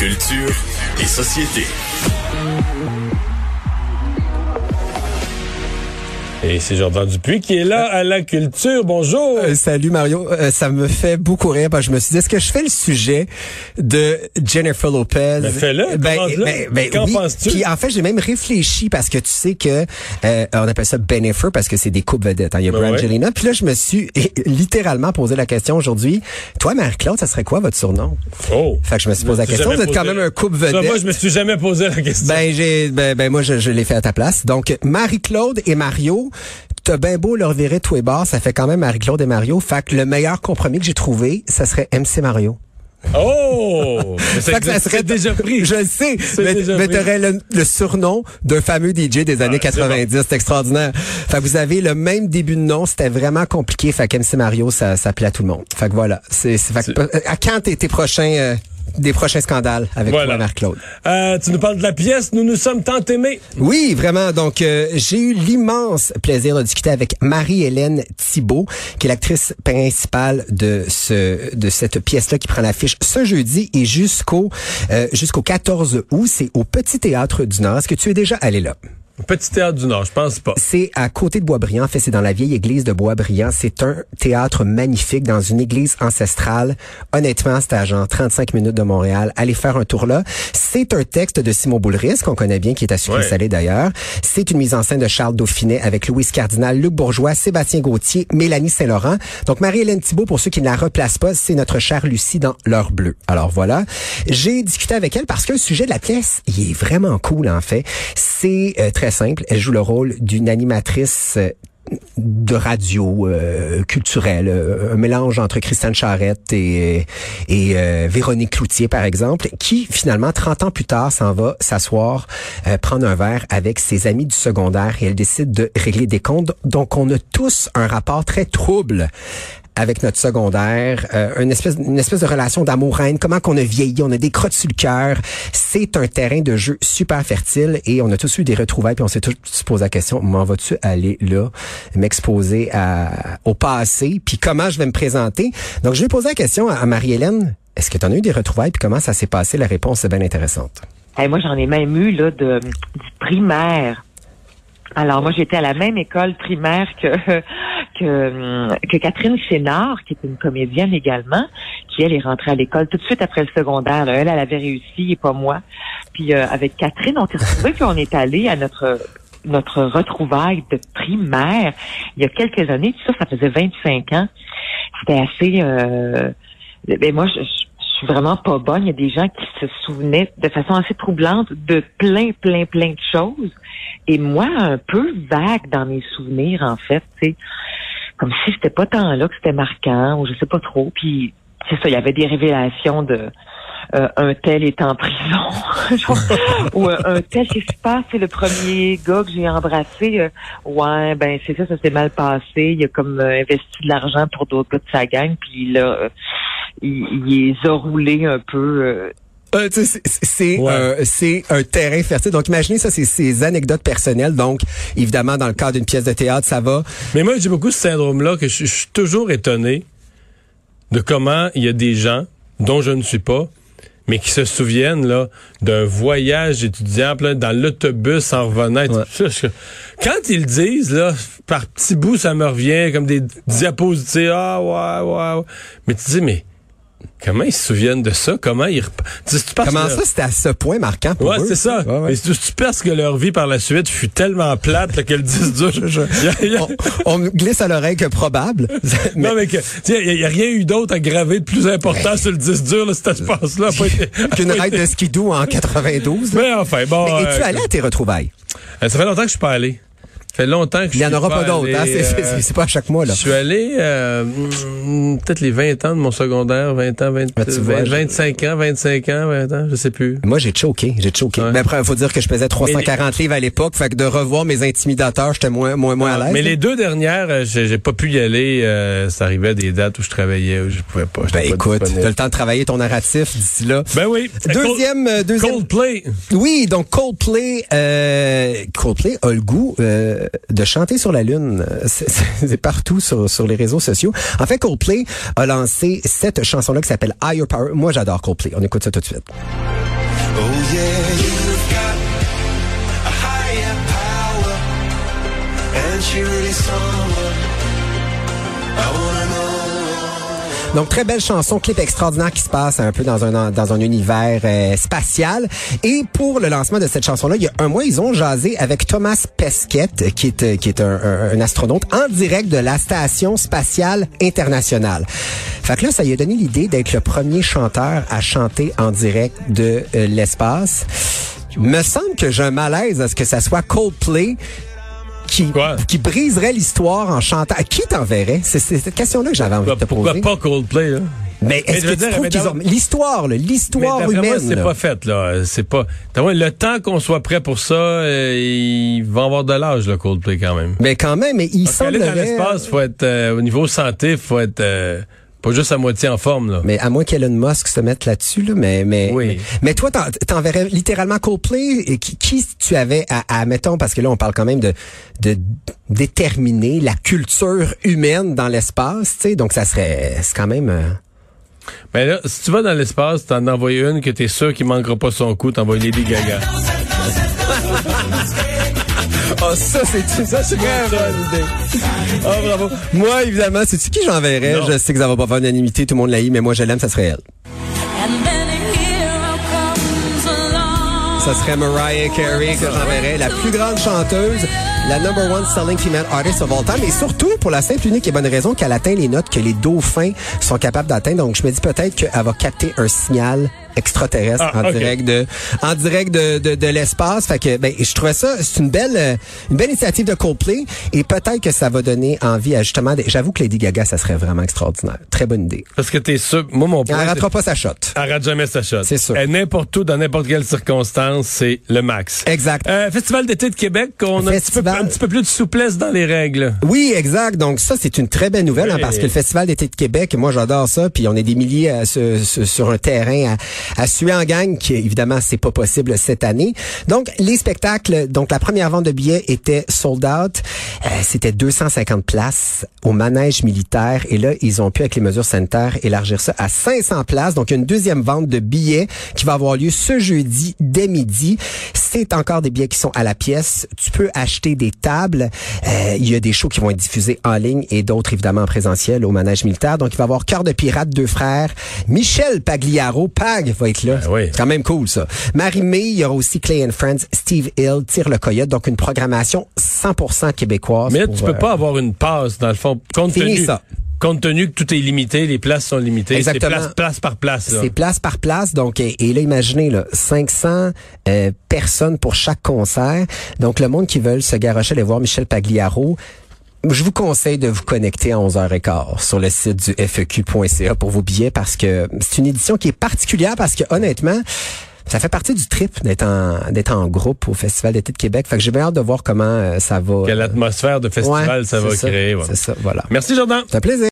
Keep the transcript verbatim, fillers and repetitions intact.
Culture et société. Et c'est Jordan Dupuis qui est là à la culture. Bonjour. Euh, salut Mario. Euh, ça me fait beaucoup rire parce que je me suis dit, est-ce que je fais le sujet de Jennifer Lopez? Ben fais-le. Ben, ben, ben, Qu'en oui. penses-tu? Puis en fait, j'ai même réfléchi parce que tu sais que euh, on appelle ça Bennifer parce que c'est des couples vedettes. Hein. Il y a ben Brangelina. Ouais. Puis là, je me suis littéralement posé la question aujourd'hui. Toi, Marie-Claude, ça serait quoi votre surnom? Oh. Fait que je me suis posé la question. Vous êtes quand même un couple vedette. Ça, moi, je me suis jamais posé la question. Ben j'ai, ben, ben moi, je, je l'ai fait à ta place. Donc Marie-Claude et Mario. T'as bien beau leur virer tous les bords, ça fait quand même Marie-Claude et Mario. Fait que le meilleur compromis que j'ai trouvé, ça serait M C Mario. Oh! Fait que ça serait déjà pris. Je le sais, C'est mais, déjà mais pris. t'aurais le, le surnom d'un fameux D J des années Ah, c'est quatre-vingt-dix. C'est, bon. C'est extraordinaire. Fait que vous avez le même début de nom. C'était vraiment compliqué. Fait que M C Mario, ça, ça plaît à tout le monde. Fait que voilà. C'est, c'est, fait que, à quand tes, tes prochains... Euh, des prochains scandales avec voilà. toi, Marc-Claude. Euh, tu nous parles de la pièce, nous nous sommes tant aimés. Oui, vraiment. Donc, euh, j'ai eu l'immense plaisir de discuter avec Marie-Hélène Thibault, qui est l'actrice principale de ce de cette pièce-là qui prend l'affiche ce jeudi et jusqu'au euh, jusqu'au quatorze août. C'est au Petit Théâtre du Nord. Est-ce que tu es déjà allé là? Petit Théâtre du Nord, je pense pas. C'est à côté de Boisbriand. En fait, c'est dans la vieille église de Boisbriand. C'est un théâtre magnifique dans une église ancestrale. Honnêtement, c'est à genre trente-cinq minutes de Montréal. Allez faire un tour là. C'est un texte de Simon Boulris, qu'on connaît bien, qui est à Sucré ouais. Salé d'ailleurs. C'est une mise en scène de Charles Dauphinet avec Louise Cardinal, Luc Bourgeois, Sébastien Gauthier, Mélanie Saint-Laurent. Donc, Marie-Hélène Thibault, pour ceux qui ne la replacent pas, c'est notre chère Lucie dans L'Heure bleue. Alors voilà. J'ai discuté avec elle parce que le sujet de la pièce, il est vraiment cool, en fait. C'est euh, très simple. Elle joue le rôle d'une animatrice euh, de radio euh, culturelle, euh, un mélange entre Christiane Charette et, et euh, Véronique Cloutier, par exemple, qui, finalement, trente ans plus tard, s'en va s'asseoir, euh, prendre un verre avec ses amis du secondaire et elle décide de régler des comptes. Donc, on a tous un rapport très trouble avec notre secondaire, euh, une espèce une espèce de relation d'amour-haine, comment qu'on a vieilli, on a des crottes sur le cœur. C'est un terrain de jeu super fertile et on a tous eu des retrouvailles puis on s'est tous posé la question, m'en vas-tu aller là, m'exposer à, au passé, puis comment je vais me présenter? Donc je vais poser la question à, à Marie-Hélène, est-ce que tu en as eu des retrouvailles puis comment ça s'est passé? La réponse est bien intéressante. Hey, moi j'en ai même eu là de du primaire. Alors moi j'étais à la même école primaire que que, que Catherine Chénard, qui est une comédienne également, qui elle est rentrée à l'école tout de suite après le secondaire. Là. Elle, elle avait réussi et pas moi. Puis euh, avec Catherine, on s'est retrouvés puis on est allé à notre notre retrouvaille de primaire il y a quelques années. Ça, ça faisait vingt-cinq ans. C'était assez. Euh, ben moi je, je Je suis vraiment pas bonne. Il y a des gens qui se souvenaient de façon assez troublante de plein, plein, plein de choses. Et moi, un peu vague dans mes souvenirs, en fait, tu sais, comme si c'était pas tant là que c'était marquant, ou je sais pas trop. Puis, c'est ça, il y avait des révélations de euh, un tel est en prison, ou euh, un tel, qu'est-ce qui se passe, c'est le premier gars que j'ai embrassé. Euh, ouais, ben c'est ça, ça s'est mal passé. Il a comme euh, investi de l'argent pour d'autres gars de sa gang, puis là... Euh, Il, il les a roulés un peu. Euh... Euh, c'est c'est, ouais. euh, c'est un terrain fertile. Donc, imaginez ça, c'est ces anecdotes personnelles. Donc, évidemment, dans le cadre d'une pièce de théâtre, ça va. Mais moi, j'ai beaucoup ce syndrome-là que je, je suis toujours étonné de comment il y a des gens, dont je ne suis pas, mais qui se souviennent là d'un voyage étudiant là, dans l'autobus en revenant. Ouais. Ça, je, quand ils disent, là, par petits bouts, ça me revient comme des diapositives. Ah, ouais, ouais, ouais. Mais tu dis, mais comment ils se souviennent de ça? Comment ils... Rep... Tu sais, tu Comment leur... ça, c'était à ce point marquant pour ouais, eux? Ouais, c'est ça. Ouais, ouais. Et tu, tu penses que leur vie par la suite fut tellement plate là, que le disque dur... je, je... y a, y a... on, on me glisse à l'oreille que probable. mais... Non, mais il n'y a, a rien eu d'autre à graver de plus important ouais. sur le disque dur, là, cet espace-là. Qu'une règle de skidoo en quatre-vingt-douze. Là. Mais enfin, bon... Mais es-tu euh... allé à tes retrouvailles? Euh, ça fait longtemps que je suis pas allé. Ça fait longtemps que je suis Il n'y en aura pas, pas d'autres, hein? C'est, c'est, c'est, c'est pas à chaque mois, là. Je suis allé, euh, peut-être les vingt ans de mon secondaire, vingt ans, vingt, ben, vois, vingt, vingt-cinq ans, vingt-cinq ans, vingt ans, je sais plus. Moi, j'ai choqué, j'ai choqué. Ouais. Mais après, il faut dire que je pesais trois cent quarante les... livres à l'époque, fait que de revoir mes intimidateurs, j'étais moins, moins, moins ah, à l'aise. Mais là. Les deux dernières, j'ai, j'ai pas pu y aller, euh, ça arrivait à des dates où je travaillais, où je pouvais pas. Ben, pas écoute, t'as le temps de travailler ton narratif d'ici là. Ben oui. Deuxième, Cold, deuxième. Coldplay. Oui, donc Coldplay, euh, Coldplay a le goût, euh, de chanter sur la Lune. C'est, c'est partout sur, sur les réseaux sociaux. En fait, Coldplay a lancé cette chanson-là qui s'appelle Higher Power. Moi, j'adore Coldplay. On écoute ça tout de suite. Oh yeah, you've got a higher power, and she really someone I wanna know. Donc, très belle chanson, clip extraordinaire qui se passe un peu dans un dans un univers euh, spatial. Et pour le lancement de cette chanson-là, il y a un mois, ils ont jasé avec Thomas Pesquet, qui est qui est un, un, un astronaute en direct de la Station spatiale internationale. Fait que là, ça lui a donné l'idée d'être le premier chanteur à chanter en direct de euh, l'espace. Me semble que j'ai un malaise à ce que ça soit Coldplay qui, qui briserait l'histoire en chantant. À qui t'enverrais? C'est, c'est cette question-là que j'avais envie pourquoi, de te poser. Pourquoi pas Coldplay, là? Mais est-ce mais que tu dire, trouves qu'ils ont... L'histoire, là, l'histoire mais humaine, moi, c'est là. pas fait, là. C'est pas... Le temps qu'on soit prêt pour ça, euh, il va avoir de l'âge, le Coldplay, quand même. Mais quand même, mais il Parce semblerait... qu'aller dans l'espace, faut être... Euh, au niveau santé, faut être... Euh, pas juste à moitié en forme, là. Mais à moins qu'Elon Musk se mette là-dessus, là, mais mais oui. mais, mais toi, t'en, t'enverrais littéralement Coldplay. Et qui, qui tu avais à, à, mettons, parce que là, on parle quand même de de déterminer la culture humaine dans l'espace, tu sais, donc ça serait, c'est quand même... Euh... Mais là, si tu vas dans l'espace, t'en envoies une que t'es sûr qu'il manquera pas son coup, t'envoies Lady Gaga. Oh, ça, c'est ça, c'est une bonne idée. Oh, bravo. Moi, évidemment, c'est-tu qui j'enverrais? Non. Je sais que ça va pas faire unanimité, tout le monde l'a eu, mais moi, je l'aime, ça serait elle. Ça serait Mariah Carey que j'enverrais, la plus grande chanteuse, la number one selling female artist of all time, et surtout pour la simple, unique et bonne raison qu'elle atteint les notes que les dauphins sont capables d'atteindre. Donc, je me dis peut-être qu'elle va capter un signal extraterrestre ah, en okay. direct de en direct de, de, de l'espace. Fait que ben je trouvais ça, c'est une belle une belle initiative de Coldplay, et peut-être que ça va donner envie à justement des, j'avoue que Lady Gaga, ça serait vraiment extraordinaire. Très bonne idée. Parce que t'es sûr, moi mon point, elle ratera pas sa shot. Elle rate jamais sa shot. C'est sûr. Et n'importe où, dans n'importe quelle circonstance, c'est le max. Exact. Euh, Festival d'été de Québec, on a un petit, peu, un petit peu plus de souplesse dans les règles. Oui, exact. Donc ça, c'est une très belle nouvelle, oui. hein, parce que le Festival d'été de Québec, moi j'adore ça, puis on est des milliers à, sur, sur un terrain à, à suer en gang, qui évidemment c'est pas possible cette année. Donc les spectacles, donc la première vente de billets était sold out. Euh, c'était deux cent cinquante places au manège militaire, et là ils ont pu, avec les mesures sanitaires, élargir ça à cinq cents places. Donc il y a une deuxième vente de billets qui va avoir lieu ce jeudi dès midi. C'est encore des billets qui sont à la pièce. Tu peux acheter des tables. Euh, il y a des shows qui vont être diffusés en ligne et d'autres évidemment en présentiel au manège militaire. Donc il va y avoir Cœur de pirate, deux frères, Michel Pagliaro, Pag va être là. Ben oui. C'est quand même cool, ça. Marie-Mé, il y aura aussi Clay and Friends, Steve Hill, Tire le Coyote. Donc, une programmation cent pour cent québécoise. Mais pour, tu peux euh, pas avoir une passe, dans le fond, compte fini tenu, ça. compte tenu que tout est limité, les places sont limitées. Exactement. C'est place, place par place. Là. C'est place par place. Donc, et, et là, imaginez, là, cinq cents euh, personnes pour chaque concert. Donc, le monde qui veut se garrocher aller voir Michel Pagliaro, je vous conseille de vous connecter à onze heures quinze sur le site du F E Q point C A pour vos billets, parce que c'est une édition qui est particulière, parce que honnêtement, ça fait partie du trip d'être en d'être en groupe au Festival d'été de Québec. Fait que j'ai bien hâte de voir comment euh, ça va. Quelle atmosphère de festival ouais, ça va ça, créer. Ouais. C'est ça, voilà. Merci Jordan. C'est un plaisir.